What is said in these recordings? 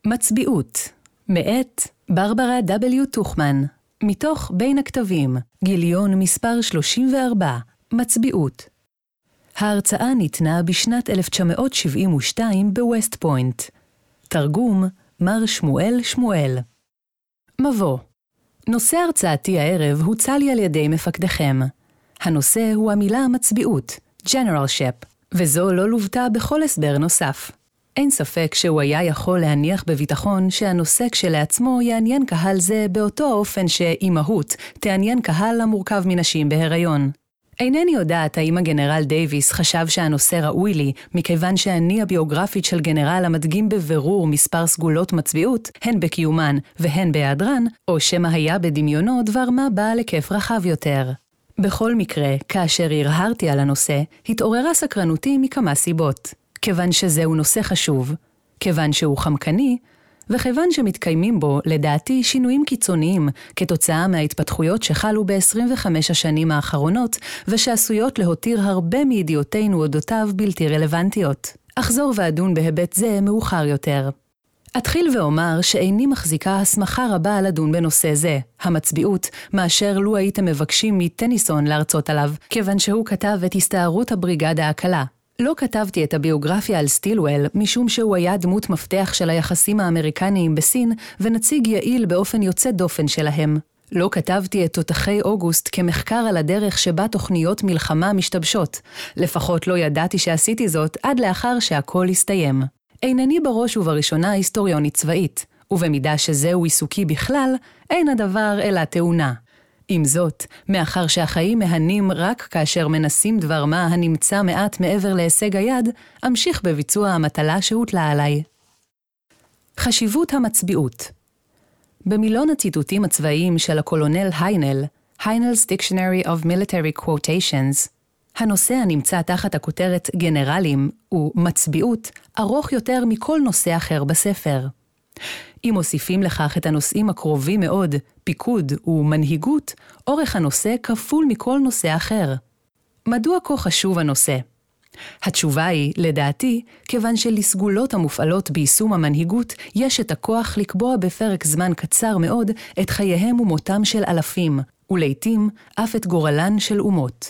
מצביעות, מאת ברברה W. טוכמן, מתוך בין הכתבים, גיליון מספר 34, מצביעות. ההרצאה ניתנה בשנת 1972 בווסט פוינט. תרגום, מר שמואל שמואל. מבוא. נושא הרצאתי הערב הוצע לי על ידי מפקדכם. הנושא הוא המילה מצביעות, generalship, וזו לא לובטה בכל הסבר נוסף. אין ספק שהוא היה יכול להניח בביטחון שהנושא כשלעצמו יעניין קהל זה באותו האופן שאימהות תעניין קהל המורכב מנשים בהיריון. אינני יודעת האם הגנרל דייביס חשב שהנושא ראוי לי, מכיוון שאני הביוגרפית של גנרל המדגים בבירור מספר סגולות מצביעות, הן בקיומן והן בהיעדרן, או שמא היה בדמיונו דבר מה בעל היקף רחב יותר. בכל מקרה, כאשר הרהרתי על הנושא, התעוררה סקרנותי מכמה סיבות. כיוון שזהו נושא חשוב, כיוון שהוא חמקני, וכיוון שמתקיימים בו, לדעתי, שינויים קיצוניים כתוצאה מההתפתחויות שחלו ב-25 השנים האחרונות, ושעשויות להותיר הרבה מידיעותינו אודותיו בלתי רלוונטיות. אחזור ואדון בהיבט זה מאוחר יותר. אתחיל ואומר שאיני מחזיקה הסמכה רבה לדון בנושא זה, המצביעות, מאשר לו הייתם מבקשים מטניסון להרצות עליו, כיוון שהוא כתב את הסתערות הבריגדה הקלה. לא כתבתי את הביוגרפיה על סטילואל, משום שהוא היה דמות מפתח של היחסים האמריקניים בסין, ונציג יעיל באופן יוצא דופן שלהם. לא כתבתי את תותחי אוגוסט כמחקר על הדרך שבה תוכניות מלחמה משתבשות. לפחות לא ידעתי שעשיתי זאת עד לאחר שהכל הסתיים. אינני בראש ובראשונה היסטוריונית צבאית, ובמידה שזהו עיסוקי בכלל, אין הדבר אלא תאונה. עם זאת, מאחר שהחיים מהנים רק כאשר מנסים דבר מה הנמצא מעט מעבר להישג היד, אמשיך בביצוע המטלה שהוטלה עליי. חשיבות המצביעות. במילון הציטוטים הצבאיים של הקולונל היינל, Heinel's Dictionary of Military Quotations, הנושא הנמצא תחת הכותרת גנרלים הוא מצביעות ארוך יותר מכל נושא אחר בספר. אם מוסיפים לכך את הנושאים הקרובים מאוד, פיקוד ומנהיגות, אורך הנושא כפול מכל נושא אחר. מדוע כה חשוב הנושא? התשובה היא, לדעתי, כיוון שלסגולות המופעלות ביישום המנהיגות, יש את הכוח לקבוע בפרק זמן קצר מאוד את חייהם ומותם של אלפים, ולעיתים אף את גורלן של אומות.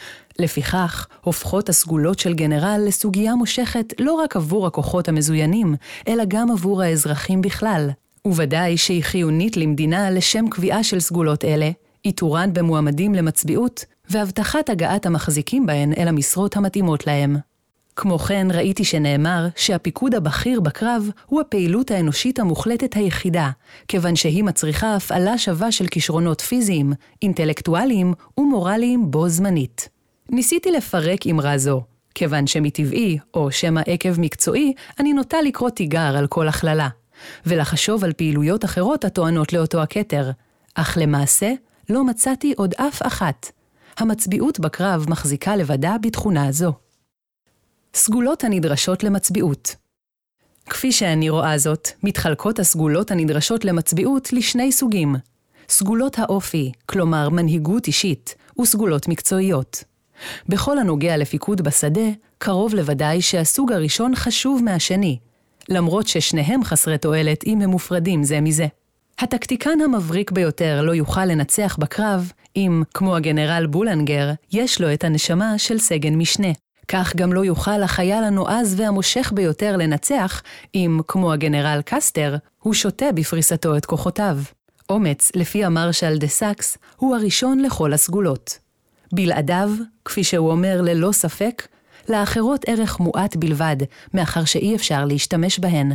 לפיכך, הופכות הסגולות של גנרל לסוגיה מושכת לא רק עבור הכוחות המזוינים, אלא גם עבור האזרחים בכלל. וודאי שהיא חיונית למדינה לשם קביעה של סגולות אלה, איתורן במועמדים למצביעות, והבטחת הגעת המחזיקים בהן אל המשרות המתאימות להם. כמו כן ראיתי שנאמר שהפיקוד הבכיר בקרב הוא הפעילות האנושית המוחלטת היחידה, כיוון שהיא מצריכה הפעלה שווה של כישרונות פיזיים, אינטלקטואליים ומורליים בו זמנית. ניסיתי לפרק אמרה זו, כיוון שמטבעי, או שמא עקב מקצועי, אני נוטה לקרוא תיגר על כל הכללה, ולחשוב על פעילויות אחרות הטוענות לאותו הכתר, אך למעשה לא מצאתי עוד אף אחת. המצביעות בקרב מחזיקה לבדה בתכונה זו. סגולות הנדרשות למצביעות. כפי שאני רואה זאת, מתחלקות הסגולות הנדרשות למצביעות לשני סוגים. סגולות האופי, כלומר מנהיגות אישית, וסגולות מקצועיות. בכל הנוגע לפיקוד בשדה, קרוב לוודאי שהסוג הראשון חשוב מהשני, למרות ששניהם חסרי תועלת אם הם מופרדים זה מזה. הטקטיקן המבריק ביותר לא יוכל לנצח בקרב, אם, כמו הגנרל בולנגר, יש לו את הנשמה של סגן משנה. כך גם לא יוכל החייל הנועז והמושך ביותר לנצח, אם, כמו הגנרל קסטר, הוא שותה בפריסתו את כוחותיו. אומץ, לפי המרשל דה סאקס, הוא הראשון לכל הסגולות. בלעדיו, כפי שהוא אומר ללא ספק, לאחרות ערך מועט בלבד, מאחר שאי אפשר להשתמש בהן.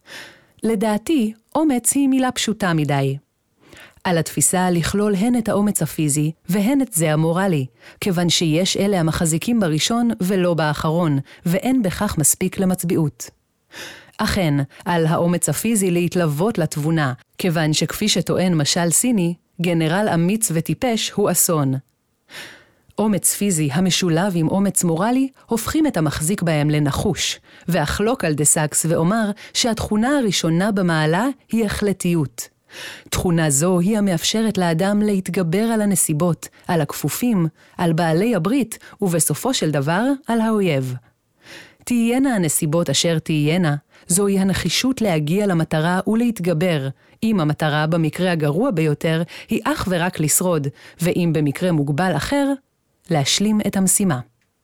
לדעתי, אומץ היא מילה פשוטה מדי. על התפיסה לכלול הן את האומץ הפיזי והן את זה המורלי, כיוון שיש אלה המחזיקים בראשון ולא באחרון, ואין בכך מספיק למצביעות. אכן, על האומץ הפיזי להתלוות לתבונה, כיוון שכפי שטוען משל סיני, גנרל אמיץ וטיפש הוא אסון. אומץ פיזי המשולב עם אומץ מורלי הופכים את המחזיק בהם לנחוש, ואחלוק על דה סאקס ואומר שהתכונה הראשונה במעלה היא החלטיות. תכונה זו היא המאפשרת לאדם להתגבר על הנסיבות, על הכפופים, על בעלי הברית, ובסופו של דבר על האויב. תהיינה הנסיבות אשר תהיינה, זוהי הנחישות להגיע למטרה ולהתגבר, אם המטרה במקרה הגרוע ביותר היא אך ורק לשרוד, ואם במקרה מוגבל אחר, להשלים את המשימה.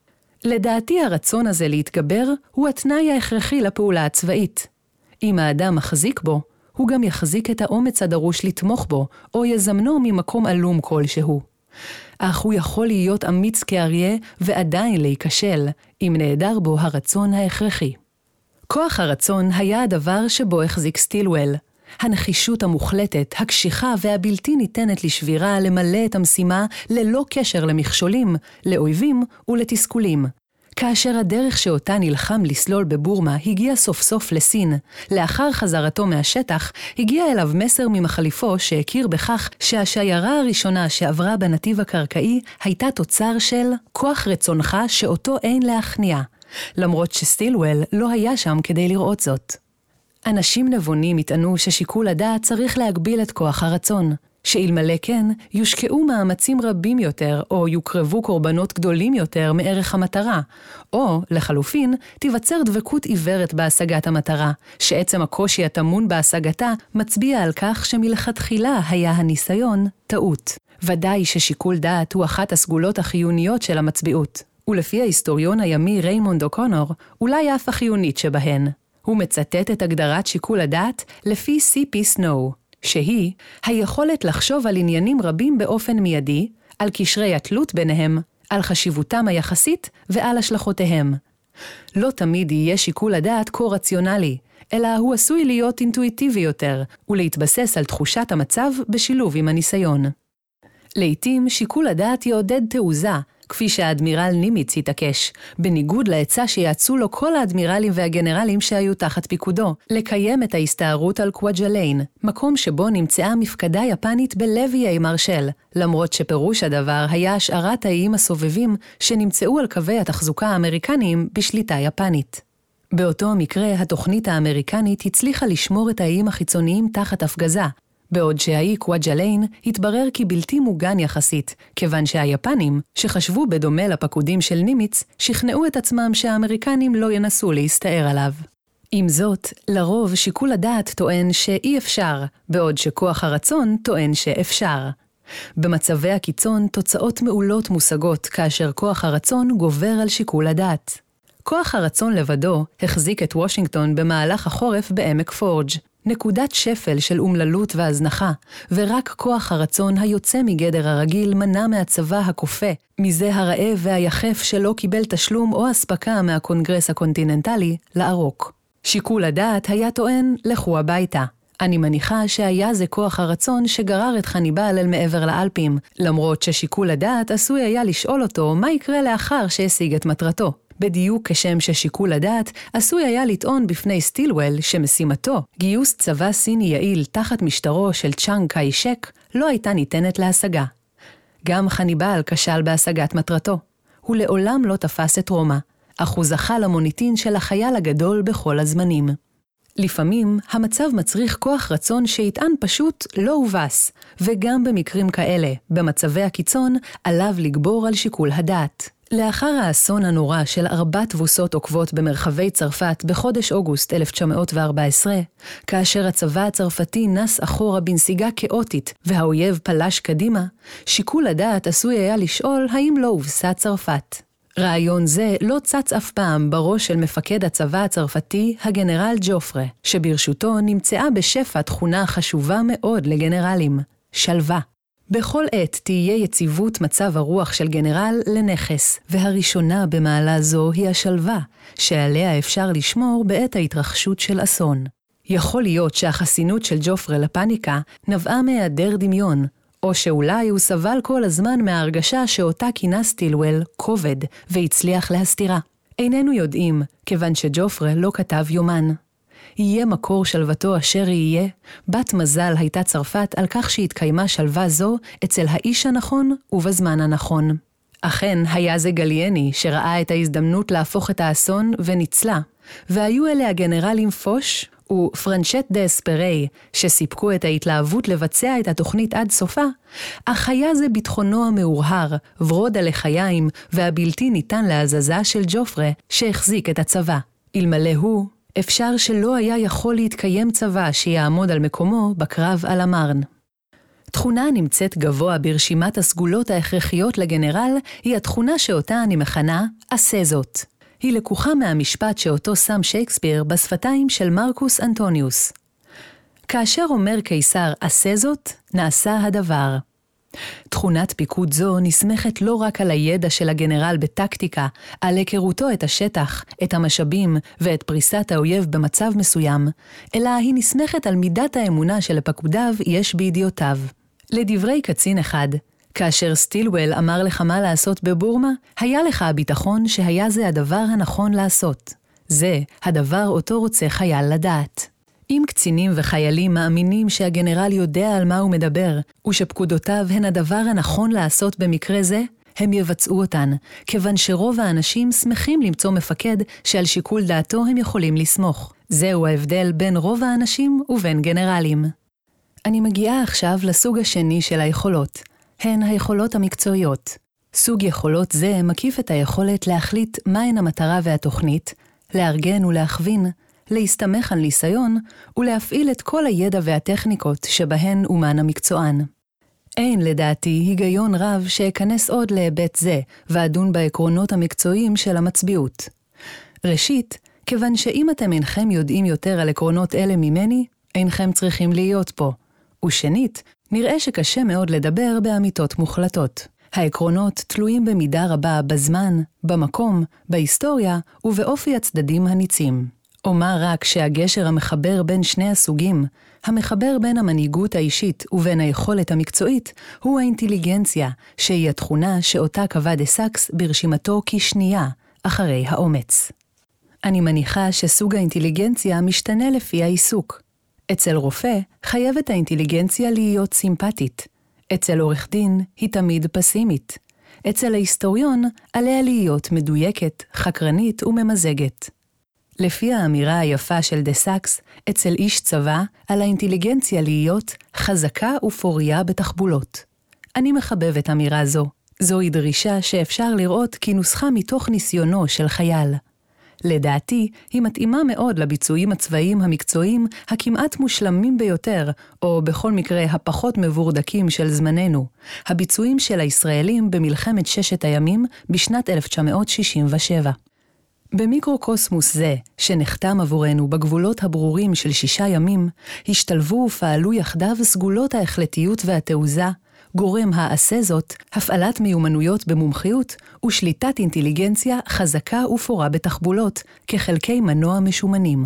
לדעתי הרצון הזה להתגבר הוא התנאי ההכרחי לפעולה הצבאית. אם האדם מחזיק בו, הוא גם יחזיק את האומץ הדרוש לתמוך בו, או יזמנו ממקום עלום כלשהו. אך הוא יכול להיות אמיץ כאריה ועדיין להיכשל, אם נעדר בו הרצון ההכרחי. כוח הרצון היה הדבר שבו החזיק סטילוול. הנחישות המוחלטת, הקשיחה והבלתי ניתנת לשבירה למלא את המשימה ללא קשר למכשולים, לאויבים ולתסכולים. כאשר הדרך שאותה נלחם לסלול בבורמה הגיע סוף סוף לסין, לאחר חזרתו מהשטח, הגיע אליו מסר ממחליפו שהכיר בכך שהשיירה הראשונה שעברה בנתיב הקרקעי הייתה תוצר של כוח רצונך שאותו אין להכניע, למרות שסטילוול לא היה שם כדי לראות זאת. אנשים נבונים יטענו ששיקול הדעת צריך להגביל את כוח הרצון, שאלמלא כן יושקעו מאמצים רבים יותר או יוקרבו קורבנות גדולים יותר מערך המטרה, או לחלופין תיווצר דבקות עיוורת בהשגת המטרה, שעצם הקושי הטמון בהשגתה מצביע על כך שמלכתחילה היה הניסיון טעות. ודאי ששיקול דעת הוא אחת הסגולות החיוניות של המצביעות, ולפי ההיסטוריון הימי ריימונד אוקונור, אולי אף החיונית שבהן. הוא מצטט את הגדרת שיקול הדעת לפי C.P. סנואו, שהיא היכולת לחשוב על עניינים רבים באופן מיידי, על קשרי התלות ביניהם, על חשיבותם היחסית ועל השלכותיהם. לא תמיד יהיה שיקול הדעת כה רציונלי, אלא הוא עשוי להיות אינטואיטיבי יותר, ולהתבסס על תחושת המצב בשילוב עם הניסיון. לעתים שיקול הדעת יעודד תעוזה, כפי שהאדמירל נימיץ התעקש, בניגוד לעצה שיעצו לו כל האדמירלים והגנרלים שהיו תחת פיקודו, לקיים את ההסתערות על קוואג'ליין, מקום שבו נמצאה מפקדה יפנית בלב איי מרשל, למרות שפירוש הדבר היה השארת האיים הסובבים שנמצאו על קווי התחזוקה האמריקניים בשליטה יפנית. באותו המקרה, התוכנית האמריקנית הצליחה לשמור את האיים החיצוניים תחת הפגזה, בעוד שהאי קוואג'ליין התברר כבלתי מוגן יחסית, כיוון שהיפנים, שחשבו בדומה לפקודים של נימיץ, שכנעו את עצמם שהאמריקנים לא ינסו להסתער עליו. עם זאת, לרוב שיקול הדעת טוען שאי אפשר, בעוד שכוח הרצון טוען שאפשר. במצבי הקיצון תוצאות מעולות מושגות כאשר כוח הרצון גובר על שיקול הדעת. כוח הרצון לבדו החזיק את וושינגטון במהלך החורף בעמק פורג', נקודת שפל של אומללות והזנחה, ורק כוח הרצון היוצא מגדר הרגיל מנע מהצבא הכופה, מזה הרעב והיחף שלא קיבל תשלום או הספקה מהקונגרס הקונטיננטלי, לערוק. שיקול הדעת היה טוען, לכו הביתה. אני מניחה שהיה זה כוח הרצון שגרר את חניבל אל מעבר לאלפים, למרות ששיקול הדעת עשוי היה לשאול אותו מה יקרה לאחר שהשיג את מטרתו. בדיוק כשם ששיקול הדעת עשוי היה לטעון בפני סטילוול שמשימתו, גיוס צבא סיני יעיל תחת משטרו של צ'אנג קאי שק, לא הייתה ניתנת להשגה. גם חניבל כשל בהשגת מטרתו. הוא לעולם לא תפס את רומא, אך הוא זכה למוניטין של החייל הגדול בכל הזמנים. לפעמים המצב מצריך כוח רצון שיטען פשוט לא הובס, וגם במקרים כאלה, במצבי הקיצון, עליו לגבור על שיקול הדעת. לאחר האסון הנורא של 4 תבוסות עוקבות במרחבי צרפת בחודש אוגוסט 1914, כאשר הצבא הצרפתי נס אחורה בנסיגה כאוטית והאויב פלש קדימה, שיקול הדעת עשוי היה לשאול האם לא הובסה צרפת. רעיון זה לא צץ אף פעם בראש של מפקד הצבא הצרפתי, הגנרל ג'ופרה, שברשותו נמצאה בשפע תכונה חשובה מאוד לגנרלים, שלווה. בכל עת תהיה יציבות מצב הרוח של גנרל לנכס, והראשונה במעלה זו היא השלווה, שעליה אפשר לשמור בעת ההתרחשות של אסון. יכול להיות שהחסינות של ג'ופרה לפניקה נבעה מהיעדר דמיון, או שאולי הוא סבל כל הזמן מההרגשה שאותה כינה סטילוול כובד, והצליח להסתירה. איננו יודעים, כיוון שג'ופרה לא כתב יומן. יהיה מקור שלוותו אשר יהיה, בת מזל הייתה צרפת על כך שהתקיימה שלווה זו אצל האיש הנכון ובזמן הנכון. אכן היה זה גלייני שראה את ההזדמנות להפוך את האסון וניצלה, והיו אלה הגנרלים פוש ופרנצ'ט דה אספרי שסיפקו את ההתלהבות לבצע את התוכנית עד סופה, אך היה זה ביטחונו המאורהר, ורוד הלחיים והבלתי ניתן להזזה של ג'ופרה שהחזיק את הצבא. אלמלא הוא, אפשר שלא היה יכול להתקיים צבא שיעמוד על מקומו בקרב על המרן. תכונה נמצאת גבוה ברשימת הסגולות ההכרחיות לגנרל, היא התכונה שאותה אני מכנה עשה זאת. היא לקוחה מהמשפט שאותו שם שייקספיר בשפתיים של מרקוס אנטוניוס. כאשר אומר קיסר עשה זאת, נעשה הדבר. תכונת פיקוד זו נסמכת לא רק על הידע של הגנרל בטקטיקה, על היכרותו את השטח, את המשאבים ואת פריסת האויב במצב מסוים, אלא היא נסמכת על מידת האמונה שלפקודיו יש בידיעותיו. לדברי קצין אחד, כאשר סטילוול אמר לך מה לעשות בבורמה, היה לך הביטחון שהיה זה הדבר הנכון לעשות. זה הדבר אותו רוצה חייל לדעת. אם קצינים וחיילים מאמינים שהגנרל יודע על מה הוא מדבר, ושפקודותיו הן הדבר הנכון לעשות במקרה זה, הם יבצעו אותן, כיוון שרוב האנשים שמחים למצוא מפקד שעל שיקול דעתו הם יכולים לסמוך. זהו ההבדל בין רוב האנשים ובין גנרלים. אני מגיעה עכשיו לסוג השני של היכולות, הן היכולות המקצועיות. סוג יכולות זה מקיף את היכולת להחליט מהן המטרה והתוכנית, לארגן ולהכווין, להסתמך על ניסיון ולהפעיל את כל הידע והטכניקות שבהן אומן המקצוען. אין לדעתי היגיון רב שאכנס עוד להיבט זה ואדון בעקרונות המקצועיים של המצביעות. ראשית, כיוון שאם אתם אינכם יודעים יותר על עקרונות אלה ממני, אינכם צריכים להיות פה. ושנית, נראה שקשה מאוד לדבר באמיתות מוחלטות. העקרונות תלויים במידה רבה בזמן, במקום, בהיסטוריה ובאופי הצדדים הניצים. אומר רק שהגשר המחבר בין שני הסוגים, המחבר בין המנהיגות האישית ובין היכולת המקצועית, הוא האינטליגנציה, שהיא התכונה שאותה קבע דה סאקס ברשימתו כשנייה, אחרי האומץ. אני מניחה שסוג האינטליגנציה משתנה לפי העיסוק. אצל רופא חייבת האינטליגנציה להיות סימפטית. אצל עורך דין היא תמיד פסימית. אצל ההיסטוריון עליה להיות מדויקת, חקרנית וממזגת. לפי האמירה היפה של דה סאקס, אצל איש צבא על האינטליגנציה להיות חזקה ופוריה בתחבולות. אני מחבבת אמירה זו. זוהי דרישה שאפשר לראות כנוסחה מתוך ניסיונו של חייל. לדעתי, היא מתאימה מאוד לביצועים הצבאיים המקצועיים הכמעט מושלמים ביותר, או בכל מקרה הפחות מבורדקים של זמננו, הביצועים של הישראלים במלחמת ששת הימים בשנת 1967. במיקרוקוסמוס זה, שנחתם עבורנו בגבולות הברורים של 6 ימים, השתלבו ופעלו יחדיו סגולות ההחלטיות והתעוזה, גורם העשה זאת, הפעלת מיומנויות במומחיות ושליטת אינטליגנציה חזקה ופורה בתחבולות, כחלקי מנוע משומנים.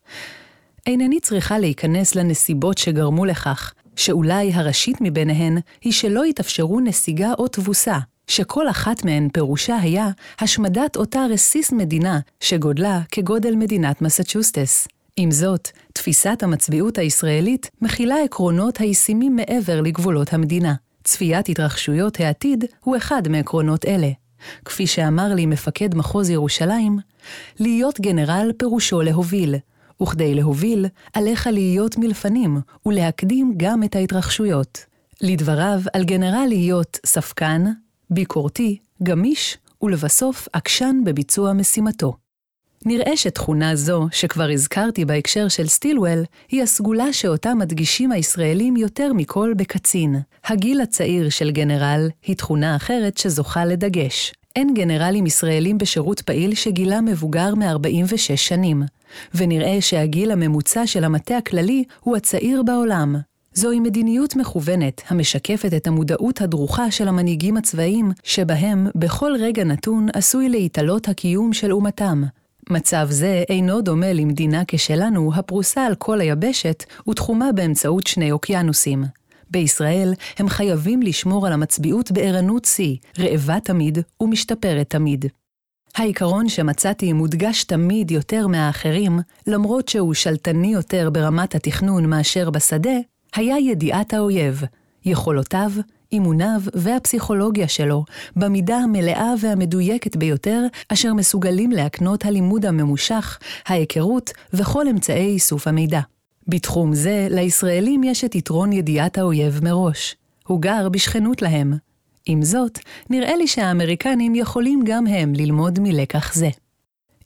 אינני צריכה להיכנס לנסיבות שגרמו לכך, שאולי הראשית מביניהן היא שלא התאפשרו נסיגה או תבוסה, שכל אחת מהן פירושה היה השמדת אותה רסיס מדינה שגודלה כגודל מדינת מסצ'וסטס. עם זאת, תפיסת המצביעות הישראלית מכילה עקרונות הישימים מעבר לגבולות המדינה. צפיית התרחשויות העתיד הוא אחד מעקרונות אלה. כפי שאמר לי מפקד מחוז ירושלים, להיות גנרל פירושו להוביל, וכדי להוביל עליך להיות מלפנים ולהקדים גם את ההתרחשויות. לדבריו על גנרל להיות ספקן, ביקורתי, גמיש ולבסוף עקשן בביצוע משימתו. נראה שתכונה זו, שכבר הזכרתי בהקשר של סטילוול, היא הסגולה שאותה מדגישים הישראלים יותר מכל בקצין. הגיל הצעיר של גנרל היא תכונה אחרת שזוכה לדגש. אין גנרלים ישראלים בשירות פעיל שגילה מבוגר מ-46 שנים, ונראה שהגיל הממוצע של המטה הכללי הוא הצעיר בעולם. זוהי מדיניות מכוונת המשקפת את המודעות הדרוכה של המנהיגים הצבאיים, שבהם בכל רגע נתון עשוי להתעלות הקיום של אומתם. מצב זה אינו דומה למדינה כשלנו הפרוסה על כל היבשת ותחומה באמצעות 2 אוקיינוסים. בישראל הם חייבים לשמור על המצביעות בערנות שיא, רעבה תמיד ומשתפרת תמיד. העיקרון שמצאתי מודגש תמיד יותר מהאחרים, למרות שהוא שלטני יותר ברמת התכנון מאשר בשדה, היה ידיעת האויב, יכולותיו, אימוניו והפסיכולוגיה שלו, במידה המלאה והמדויקת ביותר, אשר מסוגלים להקנות הלימוד הממושך, ההיכרות וכל אמצעי איסוף המידע. בתחום זה, לישראלים יש את יתרון ידיעת האויב מראש. הוא גר בשכנות להם. עם זאת, נראה לי שהאמריקנים יכולים גם הם ללמוד מלקח זה.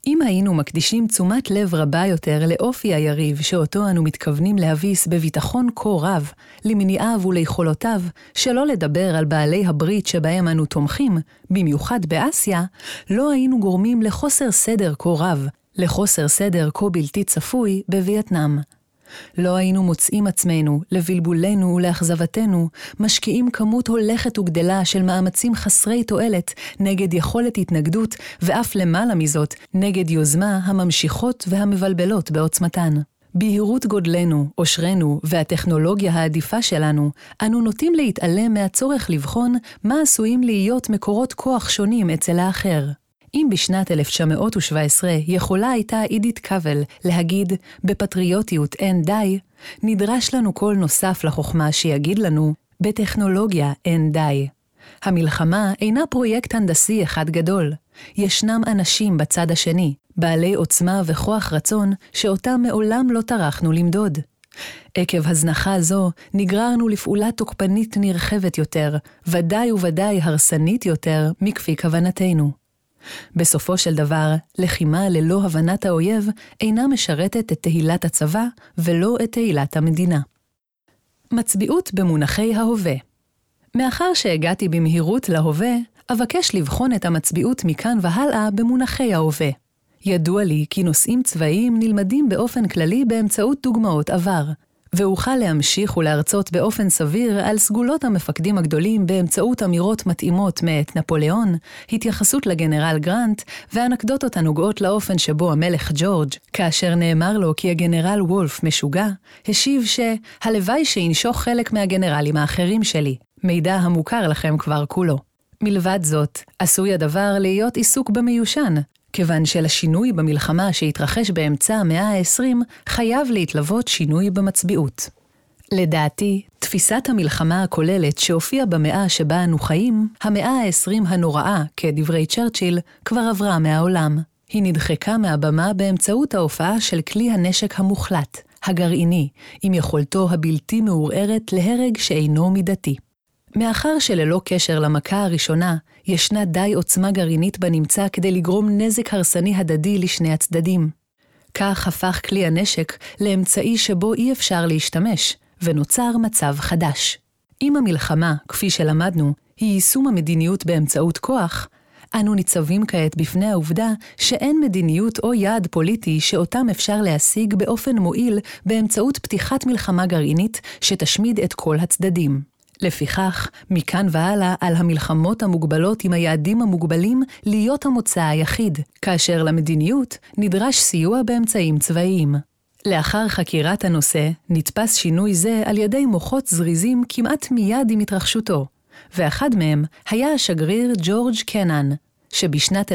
אם היינו מקדישים תשומת לב רבה יותר לאופי היריב שאותו אנו מתכוונים להביס בביטחון כה רב, למניעיו וליכולותיו, שלא לדבר על בעלי הברית שבהם אנו תומכים, במיוחד באסיה, לא היינו גורמים לחוסר סדר כה רב, לחוסר סדר כה בלתי צפוי בווייטנאם. לא היינו מוצאים עצמנו, לבלבולנו ולאכזבתנו, משקיעים כמות הולכת וגדלה של מאמצים חסרי תועלת נגד יכולת התנגדות, ואף למעלה מזאת, נגד יוזמה הממשיכות והמבלבלות בעוצמתן. בהירות גודלנו, עושרנו והטכנולוגיה העדיפה שלנו, אנו נוטים להתעלם מהצורך לבחון מה עשויים להיות מקורות כוח שונים אצל האחר. אם בשנת 1917 יכולה הייתה עידית קבל להגיד בפטריוטיות אין די, נדרש לנו קול נוסף לחוכמה שיגיד לנו בטכנולוגיה אין די. המלחמה אינה פרויקט הנדסי אחד גדול. ישנם אנשים בצד השני, בעלי עוצמה וכוח רצון שאותם מעולם לא טרחנו למדוד. עקב הזנחה זו נגררנו לפעולה תוקפנית נרחבת יותר, ודאי וודאי הרסנית יותר מכפי כוונתנו. בסופו של דבר, לחימה ללא הבנת האויב אינה משרתת את תהילת הצבא ולא את תהילת המדינה. מצביעות במונחי ההווה. מאחר שהגעתי במהירות להווה, אבקש לבחון את המצביעות מכאן והלאה במונחי ההווה. ידוע לי כי נושאים צבאיים נלמדים באופן כללי באמצעות דוגמאות עבר, ואוכל להמשיך ולהרצות באופן סביר על סגולות המפקדים הגדולים באמצעות אמירות מתאימות מאת נפוליאון, התייחסות לגנרל גרנט ואנקדוטות הנוגעות לאופן שבו המלך ג'ורג', כאשר נאמר לו כי הגנרל וולף משוגע, השיב שהלוואי שינשוך חלק מהגנרלים האחרים שלי, מידע המוכר לכם כבר כולו. מלבד זאת, עשוי הדבר להיות עיסוק במיושן, כיוון שלשינוי במלחמה שהתרחש באמצע המאה ה-20 חייב להתלוות שינוי במצביעות. לדעתי, תפיסת המלחמה הכוללת שהופיעה במאה שבה אנו חיים, המאה ה-20 הנוראה, כדברי צ'רצ'יל, כבר עברה מהעולם. היא נדחקה מהבמה באמצעות ההופעה של כלי הנשק המוחלט, הגרעיני, עם יכולתו הבלתי מעורערת להרג שאינו מידתי. מאחר שללא קשר למכה הראשונה, ישנה די עוצמה גרעינית בנמצא כדי לגרום נזק הרסני הדדי לשני הצדדים. כך הפך כלי הנשק לאמצעי שבו אי אפשר להשתמש, ונוצר מצב חדש. אם המלחמה, כפי שלמדנו, היא יישום המדיניות באמצעות כוח, אנו ניצבים כעת בפני העובדה שאין מדיניות או יעד פוליטי שאותם אפשר להשיג באופן מועיל באמצעות פתיחת מלחמה גרעינית שתשמיד את כל הצדדים. לפיכך, מכאן והלאה על המלחמות המוגבלות עם היעדים המוגבלים להיות המוצא היחיד, כאשר למדיניות נדרש סיוע באמצעים צבאיים. לאחר חקירת הנושא, נתפס שינוי זה על ידי מוחות זריזים כמעט מיד עם התרחשותו, ואחד מהם היה השגריר ג'ורג' קנן, שבשנת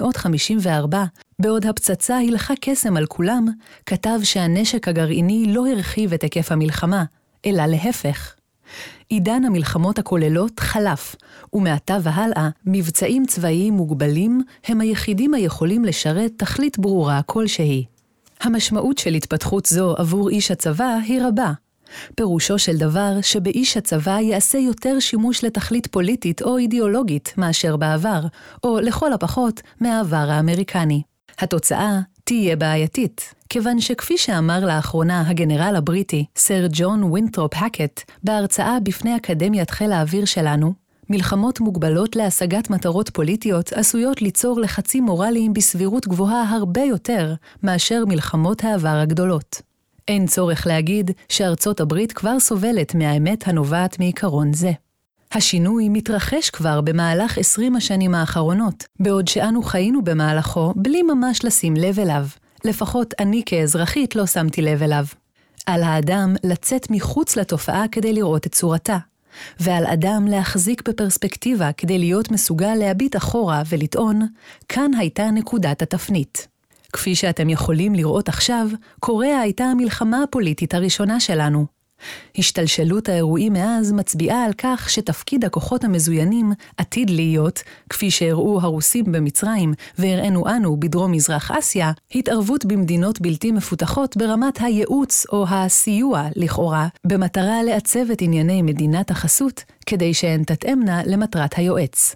1954, בעוד הפצצה הלכה קסם על כולם, כתב שהנשק הגרעיני לא הרחיב את היקף המלחמה, אלא להפך. עידן המלחמות הכוללות חלף, ומעתה והלאה מבצעים צבאיים מוגבלים הם היחידים היכולים לשרת תכלית ברורה כלשהי. המשמעות של התפתחות זו עבור איש הצבא היא רבה. פירושו של דבר שבאיש הצבא יעשה יותר שימוש לתכלית פוליטית או אידיאולוגית מאשר בעבר, או לכל הפחות מהעבר האמריקני. התוצאה תהיה בעייתית, כיוון שכפי שאמר לאחרונה הגנרל הבריטי, סר ג'ון וינטרופ הקט, בהרצאה בפני אקדמיית חיל האוויר שלנו, מלחמות מוגבלות להשגת מטרות פוליטיות עשויות ליצור לחצים מורליים בסבירות גבוהה הרבה יותר מאשר מלחמות העבר הגדולות. אין צורך להגיד שארצות הברית כבר סובלת מהאמת הנובעת מעיקרון זה. השינוי מתרחש כבר במהלך 20 השנים האחרונות, בעוד שאנו חיינו במהלכו בלי ממש לשים לב אליו. לפחות אני כאזרחית לא שמתי לב אליו. על האדם לצאת מחוץ לתופעה כדי לראות את צורתה, ועל אדם להחזיק בפרספקטיבה כדי להיות מסוגל להביט אחורה ולטעון, כאן הייתה נקודת התפנית. כפי שאתם יכולים לראות עכשיו, קוריאה הייתה המלחמה הפוליטית הראשונה שלנו. השתלשלות האירועים מאז מצביעה על כך שתפקיד הכוחות המזוינים עתיד להיות, כפי שהראו הרוסים במצרים והראינו אנו בדרום מזרח אסיה, התערבות במדינות בלתי מפותחות ברמת הייעוץ או הסיוע לכאורה, במטרה לעצב את ענייני מדינת החסות, כדי שהן תתאמנה למטרת היועץ.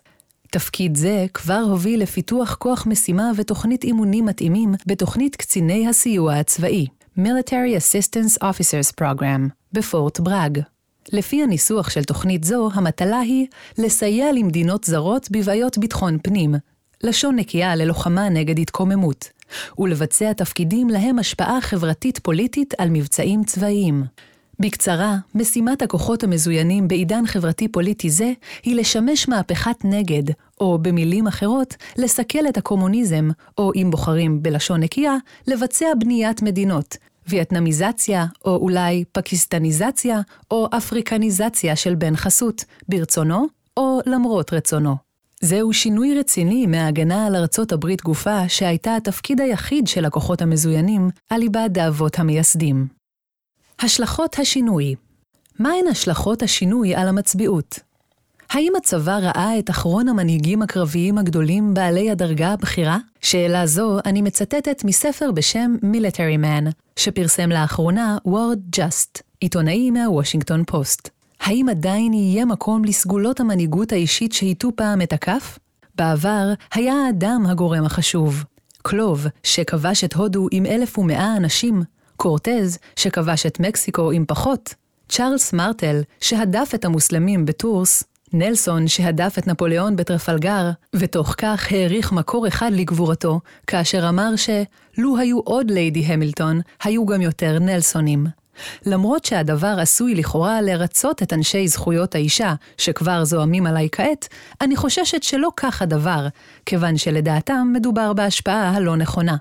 תפקיד זה כבר הוביל לפיתוח כוח משימה ותוכנית אימונים מתאימים בתוכנית קציני הסיוע הצבאי, Military Assistance Officers Program, בפורט בראג. לפי הניסוח של תוכנית זו, המטלה היא לסייע למדינות זרות בבעיות ביטחון פנים, לשון נקייה ללוחמה נגד התקוממות, ולבצע תפקידים להם השפעה חברתית-פוליטית על מבצעים צבאיים. בקצרה, משימת הכוחות המזוינים בעידן חברתי-פוליטי זה היא לשמש מהפכת נגד, או במילים אחרות, לסכל את הקומוניזם, או אם בוחרים בלשון נקייה, לבצע בניית מדינות, וייטנאמיזציה, או אולי פקיסטניזציה, או אפריקניזציה של בן חסות, ברצונו, או למרות רצונו. זהו שינוי רציני מההגנה על ארצות הברית גופה, שהייתה התפקיד היחיד של הכוחות המזוינים על ליבת האבות המייסדים. השלכות השינוי. מהן השלכות השינוי על המצביעות? האם הצבא ראה את אחרון המנהיגים הקרביים הגדולים בעלי הדרגה הבכירה? שאלה זו אני מצטטת מספר בשם Military Man, שפרסם לאחרונה Word Just, עיתונאי מהוושינגטון פוסט. האם עדיין יהיה מקום לסגולות המנהיגות האישית שהיטו פעם את הכף? בעבר היה האדם הגורם החשוב. קלוב, שכבש את הודו עם 1,100 אנשים, קורטז, שכבש את מקסיקו עם פחות, צ'ארלס מרטל, שהדף את המוסלמים בטורס, נלסון, שהדף את נפוליאון בטרפלגר, ותוך כך העריך מקור אחד לגבורתו, כאשר אמר שלו היו עוד ליידי המילטון, היו גם יותר נלסונים. למרות שהדבר עשוי לכאורה לרצות את אנשי זכויות האישה, שכבר זוהמים עליי כעת, אני חוששת שלא כך הדבר, כיוון שלדעתם מדובר בהשפעה הלא נכונה.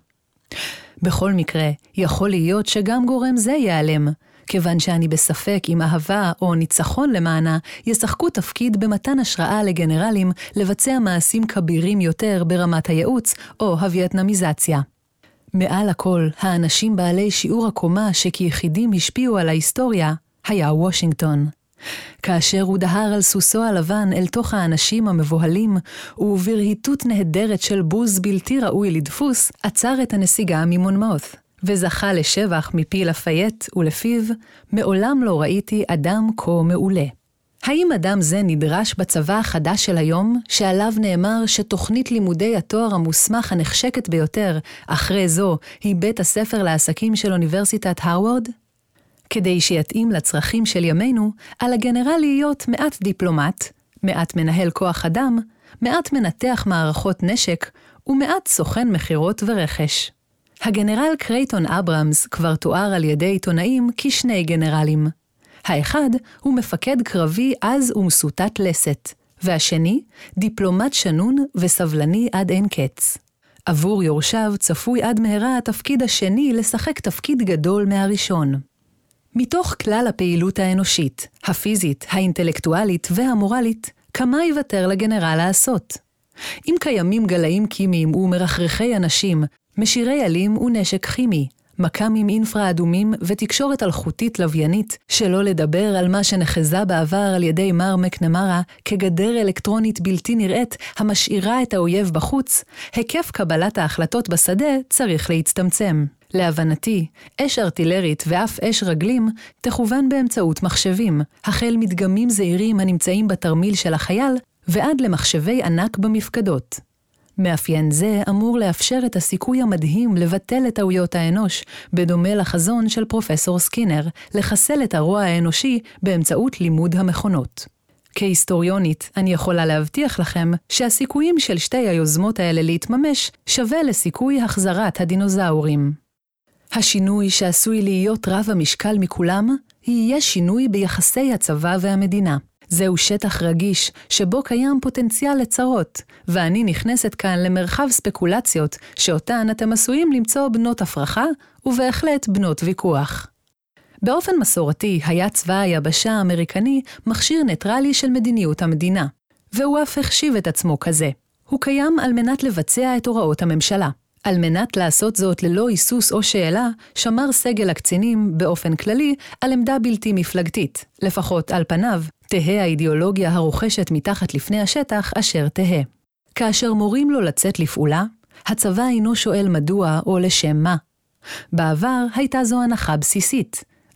בכל מקרה, יכול להיות שגם גורם זה ייעלם, כיוון שאני בספק אם אהבה או ניצחון למענה ישחקו תפקיד במתן השראה לגנרלים לבצע מעשים כבירים יותר ברמת הייעוץ או הווייטנאמיזציה. מעל הכל, האנשים בעלי שיעור הקומה שכיחידים השפיעו על ההיסטוריה, היה וושינגטון. כאשר הוא דהר על סוסו הלבן אל תוך האנשים המבוהלים, וברהיטות נהדרת של בוז בלתי ראוי לדפוס, עצר את הנסיגה ממונמאות' וזכה לשבח מפי לפייט ולפיו, מעולם לא ראיתי אדם כה מעולה. האם אדם זה נדרש בצבא החדש של היום, שעליו נאמר שתוכנית לימודי התואר המוסמך הנחשקת ביותר, אחרי זו, היא בית הספר לעסקים של אוניברסיטת הרווארד? כדי שיתאים לצרכים של ימינו, על הגנרל להיות מעט דיפלומט, מעט מנהל כוח אדם, מעט מנתח מערכות נשק, ומעט סוכן מחירות ורכש. הגנרל קרייטון אברהמס כבר תואר על ידי עיתונאים כשני גנרלים. האחד הוא מפקד קרבי עז ומסוטט לסת, והשני, דיפלומט שנון וסבלני עד אין קץ. עבור יורשיו צפוי עד מהרה התפקיד השני לשחק תפקיד גדול מהראשון. מתוך כלל הפעילות האנושית, הפיזית, האינטלקטואלית והמורלית, כמה יוותר לגנרל לעשות? אם קיימים גלאים קימיים ומרחרחי אנשים, משירי אלים ונשק כימי, מקמים אינפרה אדומים ותקשורת אלחוטית לוויינית, שלא לדבר על מה שנחזה בעבר על ידי מר מקנמרה כגדר אלקטרונית בלתי נראית המשאירה את האויב בחוץ, היקף קבלת ההחלטות בשדה צריך להצטמצם. להבנתי, אש ארטילרית ואף אש רגלים תכוון באמצעות מחשבים, החל מדגמים זעירים הנמצאים בתרמיל של החייל ועד למחשבי ענק במפקדות. מאפיין זה אמור לאפשר את הסיכוי המדהים לבטל את טעויות האנוש, בדומה לחזון של פרופסור סקינר, לחסל את הרוע האנושי באמצעות לימוד המכונות. כהיסטוריונית, אני יכולה להבטיח לכם שהסיכויים של שתי היוזמות האלה להתממש שווה לסיכוי החזרת הדינוזאורים. השינוי שעשוי להיות רב המשקל מכולם, יהיה שינוי ביחסי הצבא והמדינה. זהו שטח רגיש שבו קיים פוטנציאל לצרות, ואני נכנסת כאן למרחב ספקולציות שאותן אתם עשויים למצוא בנות הפרחה ובהחלט בנות ויכוח. באופן מסורתי היה צבא היבשה האמריקני מכשיר ניטרלי של מדיניות המדינה, והוא אף החשיב את עצמו כזה. הוא קיים על מנת לבצע את הוראות הממשלה. על מנת לעשות זאת ללא היסוס או שאלה, שמר סגל הקצינים באופן כללי על עמדה בלתי מפלגתית, לפחות על פניו, תהה האידיאולוגיה הרוכשת מתחת לפני השטח אשר תהה. כאשר מורים לו לצאת לפעולה, הצבא אינו שואל מדוע או לשם מה. בעבר הייתה זו הנחה בסיסית,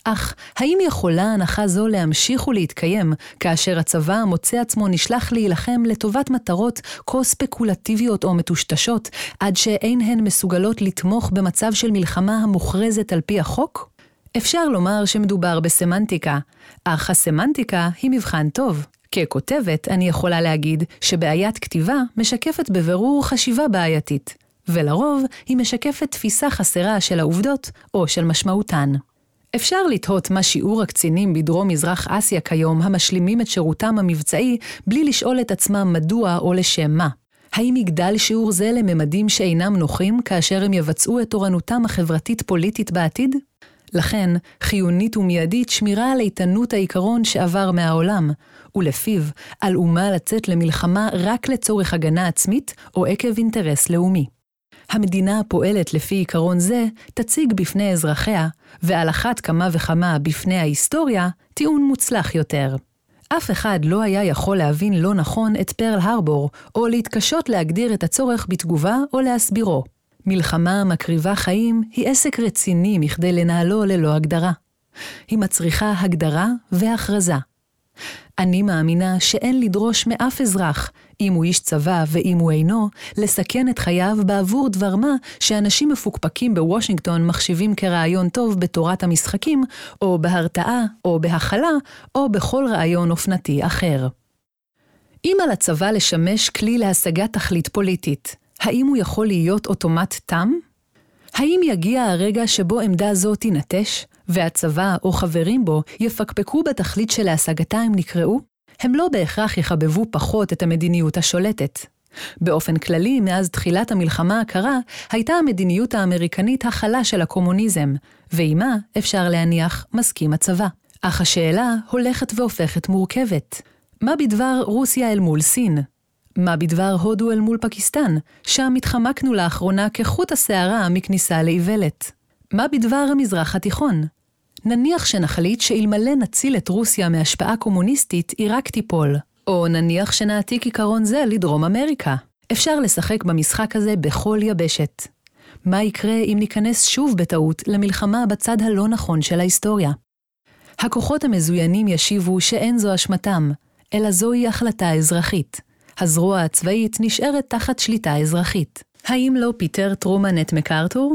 אך האם יכולה הנחה זו להמשיך ולהתקיים כאשר הצבא מוצא עצמו נשלח להילחם לטובת מטרות כה ספקולטיביות או מטושטשות, עד שאין הן מסוגלות לתמוך במצב של מלחמה המוכרזת על פי החוק? אפשר לומר שמדובר בסמנטיקה, אך הסמנטיקה היא מבחן טוב. ככותבת אני יכולה להגיד שבעיית כתיבה משקפת בבירור חשיבה בעייתית, ולרוב היא משקפת תפיסה חסרה של העובדות או של משמעותן. אפשר לתהות מה שיעור הקצינים בדרום מזרח אסיה כיום המשלימים את שירותם המבצעי בלי לשאול את עצמם מדוע או לשם מה. האם יגדל שיעור זה לממדים שאינם נוחים כאשר הם יבצעו את תורנותם החברתית-פוליטית בעתיד? לכן, חיונית ומיידית שמירה על איתנות העיקרון שעבר מהעולם, ולפיו על אומה לצאת למלחמה רק לצורך הגנה עצמית או עקב אינטרס לאומי. המדינה הפועלת לפי עיקרון זה תציג בפני אזרחיה, ועל אחת כמה וכמה בפני ההיסטוריה, טיעון מוצלח יותר. אף אחד לא היה יכול להבין לא נכון את פרל הרבור, או להתקשות להגדיר את הצורך בתגובה או להסבירו. מלחמה מקריבה חיים היא עסק רציני מכדי לנהלו ללא הגדרה. היא מצריכה הגדרה והכרזה. אני מאמינה שאין לדרוש מאף אזרח, אם הוא איש צבא ואם הוא אינו, לסכן את חייו בעבור דבר מה שאנשים מפוקפקים בוושינגטון מחשיבים כרעיון טוב בתורת המשחקים, או בהרתעה, או בהכלה, או בכל רעיון אופנתי אחר. אם על הצבא לשמש כלי להשגת תכלית פוליטית, האם הוא יכול להיות אוטומט תם? האם יגיע הרגע שבו עמדה זו תינטש, והצבא או חברים בו יפקפקו בתכלית שלהשגתה הם נקראו? הם לא בהכרח יחבבו פחות את המדיניות השולטת. באופן כללי, מאז תחילת המלחמה הקרה, הייתה המדיניות האמריקנית החלה של הקומוניזם, ועימה, אפשר להניח, מסכים הצבא. אך השאלה הולכת והופכת מורכבת. מה בדבר רוסיה אל מול סין? מה בדבר הודו אל מול פקיסטן, שם התחמקנו לאחרונה כחוט השערה מכניסה לאיוולת? מה בדבר המזרח התיכון? נניח שנחליט שאלמלא נציל את רוסיה מהשפעה קומוניסטית, היא רק תיפול. או נניח שנעתיק עיקרון זה לדרום אמריקה. אפשר לשחק במשחק הזה בכל יבשת. מה יקרה אם ניכנס שוב בטעות למלחמה בצד הלא נכון של ההיסטוריה? הכוחות המזוינים ישיבו שאין זו אשמתם, אלא זוהי החלטה אזרחית. הזרוע הצבאית נשארת תחת שליטה אזרחית. האם לא פיטר טרומן את מקארתור?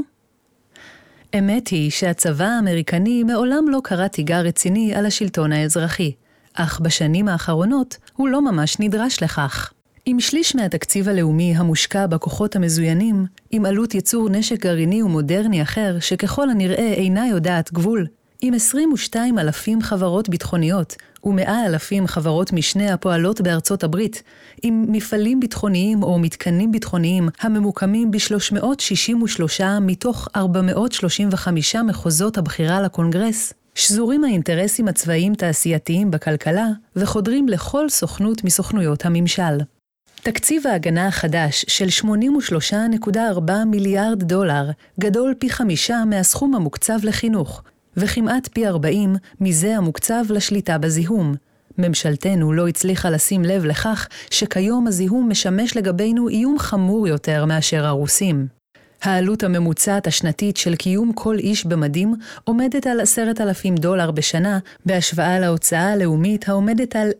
אמת היא שהצבא האמריקני מעולם לא קרא תיגר רציני על השלטון האזרחי, אך בשנים האחרונות הוא לא ממש נדרש לכך. עם שליש מהתקציב הלאומי המושקע בכוחות המזוינים, עם עלות ייצור נשק גרעיני ומודרני אחר שככל הנראה אינה יודעת גבול, עם 22,000 חברות ביטחוניות ו100,000 חברות משנה הפועלות בארצות הברית, עם מפעלים ביטחוניים או מתקנים ביטחוניים הממוקמים ב-363 מתוך 435 מחוזות הבחירה לקונגרס, שזורים האינטרסים הצבאיים תעשייתיים בכלכלה וחודרים לכל סוכנות מסוכנויות הממשל. תקציב ההגנה החדש של $83.4 מיליארד גדול פי 5 מהסכום המוקצב לחינוך, וכמעט פי 40 מזה המוקצב לשליטה בזיהום. ממשלתנו לא הצליחה לשים לב לכך שכיום הזיהום משמש לגבינו איום חמור יותר מאשר הרוסים. העלות הממוצעת השנתית של קיום כל איש במדים עומדת על $10,000 בשנה, בהשוואה להוצאה הלאומית העומדת על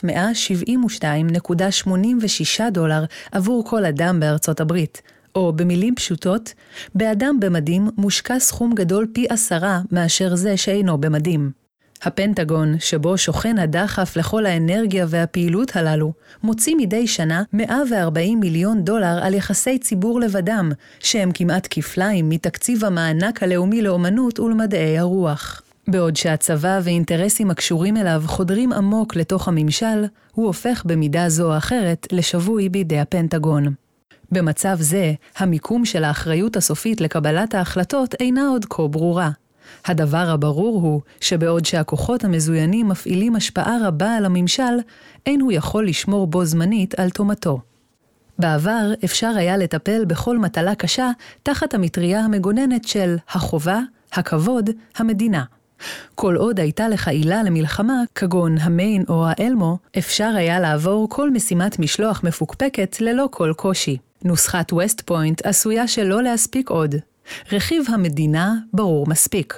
$1,172.86 עבור כל אדם בארצות הברית. או במילים פשוטות, באדם במדים מושקע סכום גדול פי 10 מאשר זה שאינו במדים. הפנטגון, שבו שוכן הדחף לכל האנרגיה והפעילות הללו, מוציא מדי שנה $140 מיליון על יחסי ציבור לבדם, שהם כמעט כפליים מתקציב המענק הלאומי לאומנות ולמדעי הרוח. בעוד שהצבא ואינטרסים הקשורים אליו חודרים עמוק לתוך הממשל, הוא הופך במידה זו או אחרת לשבוי בידי הפנטגון. במצב זה, המיקום של האחריות הסופית לקבלת ההחלטות אינה עוד כה ברורה. הדבר הברור הוא שבעוד שהכוחות המזוינים מפעילים השפעה רבה על הממשל, אין הוא יכול לשמור בו זמנית על תומתו. בעבר אפשר היה לטפל בכל מטלה קשה תחת המטריה המגוננת של החובה, הכבוד, המדינה. כל עוד הייתה לך עילה למלחמה, כגון המיין או האלמו, אפשר היה לעבור כל משימת משלוח מפוקפקת ללא כל קושי. נוסחת ווסט פוינט עשויה שלא להספיק עוד. רכיב המדינה ברור מספיק.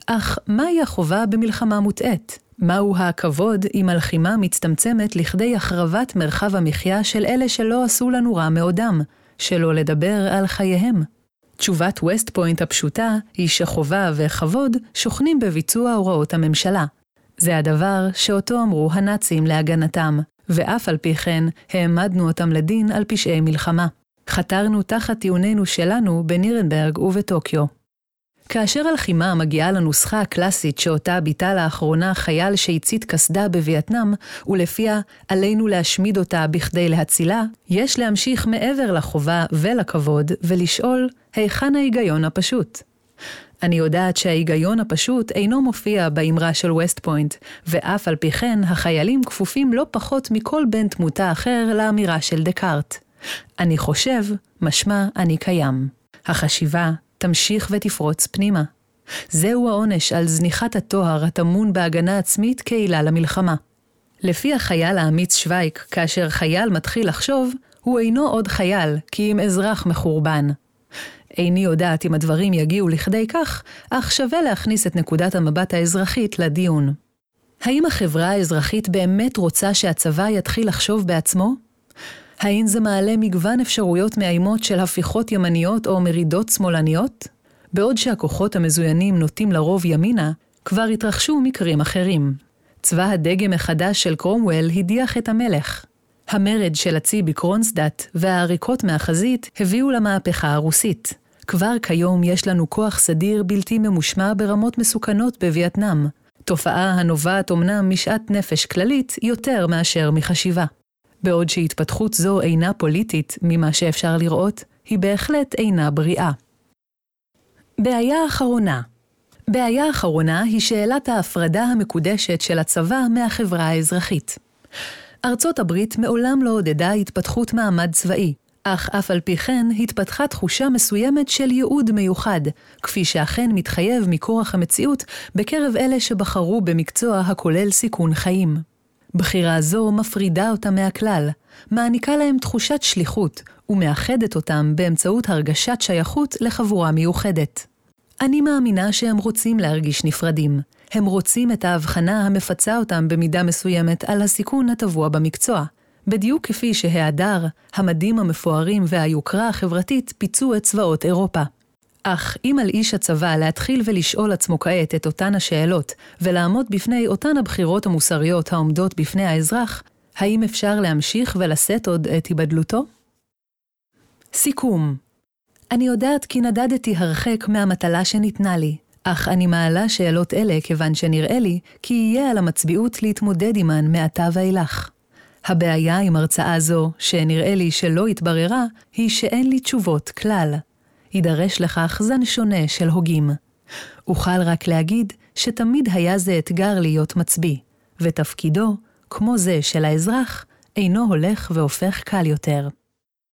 אך מהי החובה במלחמה מוטעת? מהו הכבוד אם הלחימה מצטמצמת לכדי החרבת מרחב המחיה של אלה שלא עשו לנו רע מעודם, שלא לדבר על חייהם? תשובת ווסט פוינט הפשוטה היא שחובה וכבוד שוכנים בביצוע הוראות הממשלה. זה הדבר שאותו אמרו הנאצים להגנתם, ואף על פי כן העמדנו אותם לדין על פשעי מלחמה. חתרנו תחת טיעוננו שלנו בנירנברג ובטוקיו. כאשר הלחימה מגיעה לנוסחה הקלאסית שאותה ביטא לאחרונה חייל שהצית קסדה בווייטנאם, ולפיה עלינו להשמיד אותה בכדי להצילה, יש להמשיך מעבר לחובה ולכבוד ולשאול היכן ההיגיון הפשוט. אני יודעת שההיגיון הפשוט אינו מופיע באמרה של ווסט פוינט, ואף על פי כן החיילים כפופים לא פחות מכל בן תמותה אחר לאמירה של דקארט. אני חושב, משמע אני קיים. החשיבה תמשיך ותפרוץ פנימה. זהו העונש על זניחת התואר הטמון בהגנה עצמית כעילה למלחמה. לפי החייל האמיץ שווייק, כאשר חייל מתחיל לחשוב, הוא אינו עוד חייל, כי אם אזרח מחורבן. איני יודעת אם הדברים יגיעו לכדי כך, אך שווה להכניס את נקודת המבט האזרחית לדיון. האם החברה האזרחית באמת רוצה שהצבא יתחיל לחשוב בעצמו? האם זה מעלה מגוון אפשרויות מאיימות של הפיכות ימניות או מרידות שמאלניות? בעוד שהכוחות המזוינים נוטים לרוב ימינה, כבר התרחשו מקרים אחרים. צבא הדגם החדש של קרומוול הדיח את המלך. המרד של הצי בקרונסדאט והעריקות מהחזית הביאו למהפכה הרוסית. כבר כיום יש לנו כוח סדיר בלתי ממושמע ברמות מסוכנות בווייטנאם. תופעה הנובעת אומנם משעת נפש כללית יותר מאשר מחשיבה. בעוד שהתפתחות זו אינה פוליטית ממה שאפשר לראות, היא בהחלט אינה בריאה. בעיה אחרונה. בעיה אחרונה היא שאלת ההפרדה המקודשת של הצבא מהחברה האזרחית. ארצות הברית מעולם לא עודדה התפתחות מעמד צבאי, אך אף על פי כן התפתחה תחושה מסוימת של ייעוד מיוחד, כפי שאכן מתחייב מכורח המציאות בקרב אלה שבחרו במקצוע הכולל סיכון חיים. בחירה זו מפרידה אותם מהכלל, מעניקה להם תחושת שליחות ומאחדת אותם באמצעות הרגשת שייכות לחבורה מיוחדת. אני מאמינה שהם רוצים להרגיש נפרדים. הם רוצים את ההבחנה המפצה אותם במידה מסוימת על הסיכון הטבוע במקצוע, בדיוק כפי שהיעדר, המדים המפוארים והיוקרה החברתית פיצו את צבאות אירופה. אך אם על איש הצבא להתחיל ולשאול עצמו כעת את אותן השאלות, ולעמוד בפני אותן הבחירות המוסריות העומדות בפני האזרח, האם אפשר להמשיך ולשאת עוד את היבדלותו? סיכום. אני יודעת כי נדדתי הרחק מהמטלה שניתנה לי, אך אני מעלה שאלות אלה כיוון שנראה לי כי יהיה על המצביעות להתמודד עמן מעתה ואילך. הבעיה עם הרצאה זו, שנראה לי שלא התבררה, היא שאין לי תשובות כלל. יידרש לכך זן שונה של הוגים. אוכל רק להגיד שתמיד היה זה אתגר להיות מצביא, ותפקידו, כמו זה של האזרח, אינו הולך והופך קל יותר.